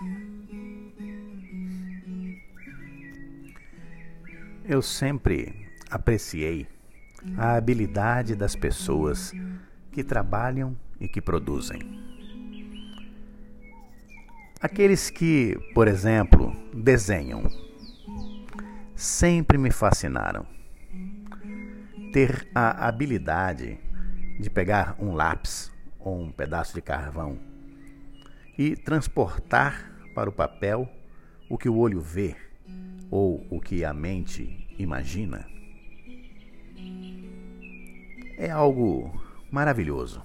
Eu sempre apreciei a habilidade das pessoas que trabalham e que produzem. Aqueles que, por exemplo, desenham, sempre me fascinaram. Ter a habilidade de pegar um lápis ou um pedaço de carvão e transportar para o papel o que o olho vê ou o que a mente imagina, é algo maravilhoso.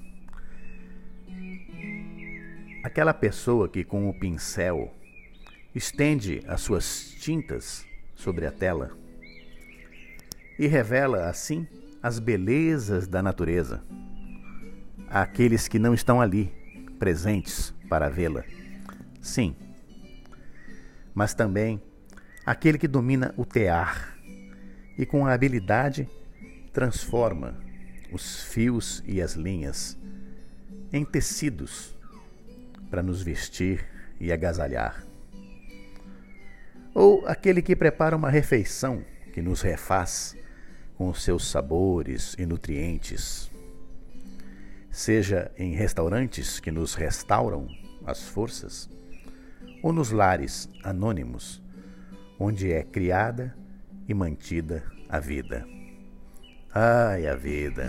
Aquela pessoa que com o pincel estende as suas tintas sobre a tela e revela assim as belezas da natureza àqueles que não estão ali presentes para vê-la. Sim, mas também aquele que domina o tear e com a habilidade transforma os fios e as linhas em tecidos para nos vestir e agasalhar. Ou aquele que prepara uma refeição que nos refaz com os seus sabores e nutrientes, seja em restaurantes que nos restauram as forças, ou nos lares anônimos, onde é criada e mantida a vida. Ai, a vida!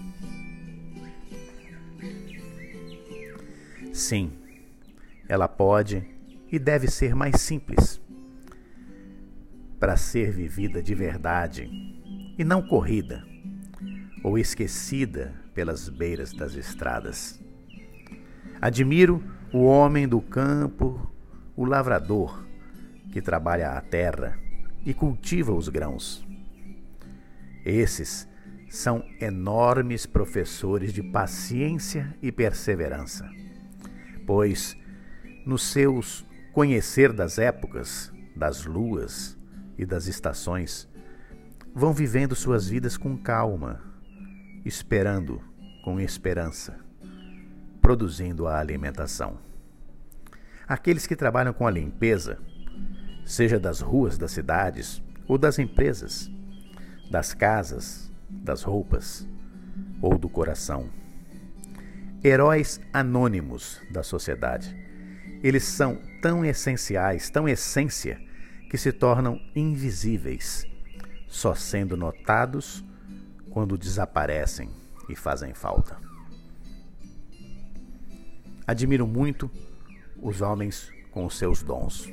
Sim, ela pode e deve ser mais simples, para ser vivida de verdade e não corrida ou esquecida pelas beiras das estradas. Admiro o homem do campo, o lavrador, que trabalha a terra e cultiva os grãos. Esses são enormes professores de paciência e perseverança, pois nos seus conhecer das épocas, das luas e das estações, vão vivendo suas vidas com calma, esperando com esperança, produzindo a alimentação. Aqueles que trabalham com a limpeza, seja das ruas das cidades ou das empresas, das casas, das roupas ou do coração. Heróis anônimos da sociedade. Eles são tão essenciais, tão essência, que se tornam invisíveis, só sendo notados quando desaparecem e fazem falta. Admiro muito os homens com os seus dons.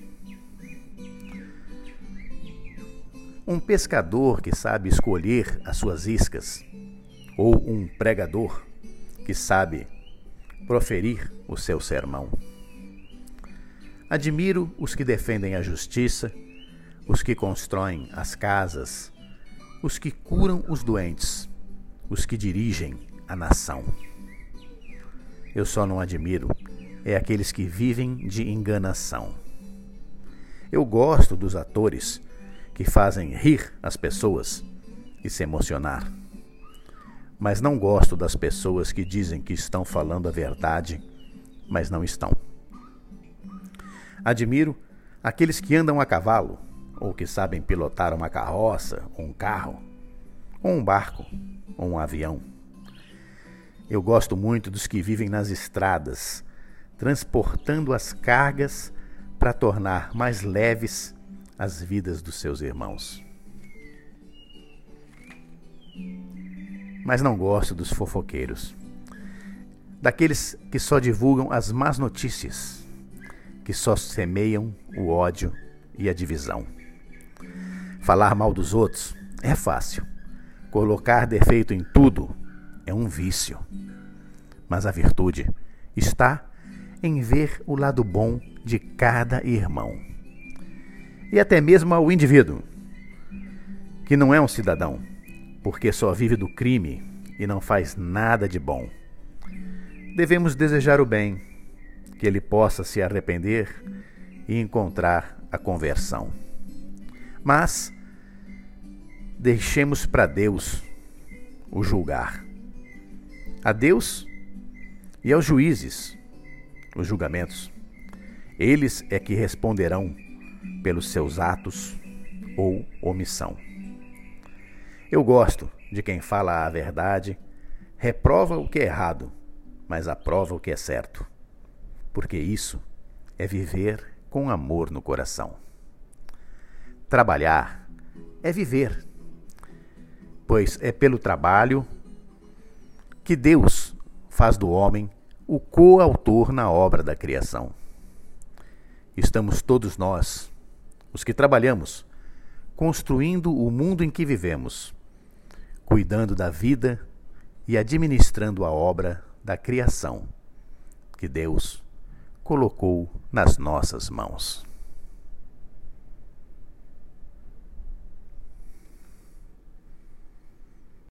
Um pescador que sabe escolher as suas iscas, ou um pregador que sabe proferir o seu sermão. Admiro os que defendem a justiça, os que constroem as casas, os que curam os doentes, os que dirigem a nação. Eu só não admiro aqueles que vivem de enganação. Eu gosto dos atores que fazem rir as pessoas e se emocionar, mas não gosto das pessoas que dizem que estão falando a verdade, mas não estão. Admiro aqueles que andam a cavalo, ou que sabem pilotar uma carroça, ou um carro, ou um barco, ou um avião. Eu gosto muito dos que vivem nas estradas, transportando as cargas para tornar mais leves as vidas dos seus irmãos. Mas não gosto dos fofoqueiros, daqueles que só divulgam as más notícias, que só semeiam o ódio e a divisão. Falar mal dos outros é fácil. Colocar defeito em tudo é um vício. Mas a virtude está em ver o lado bom de cada irmão. E até mesmo ao indivíduo, que não é um cidadão, porque só vive do crime e não faz nada de bom. Devemos desejar o bem, que ele possa se arrepender e encontrar a conversão. Mas deixemos para Deus o julgar. A Deus e aos juízes os julgamentos. Eles é que responderão pelos seus atos ou omissão. Eu gosto de quem fala a verdade, reprova o que é errado, mas aprova o que é certo, porque isso é viver com amor no coração. Trabalhar é viver, pois é pelo trabalho que Deus faz do homem o coautor na obra da criação. Estamos todos nós, os que trabalhamos, construindo o mundo em que vivemos, cuidando da vida e administrando a obra da criação que Deus colocou nas nossas mãos.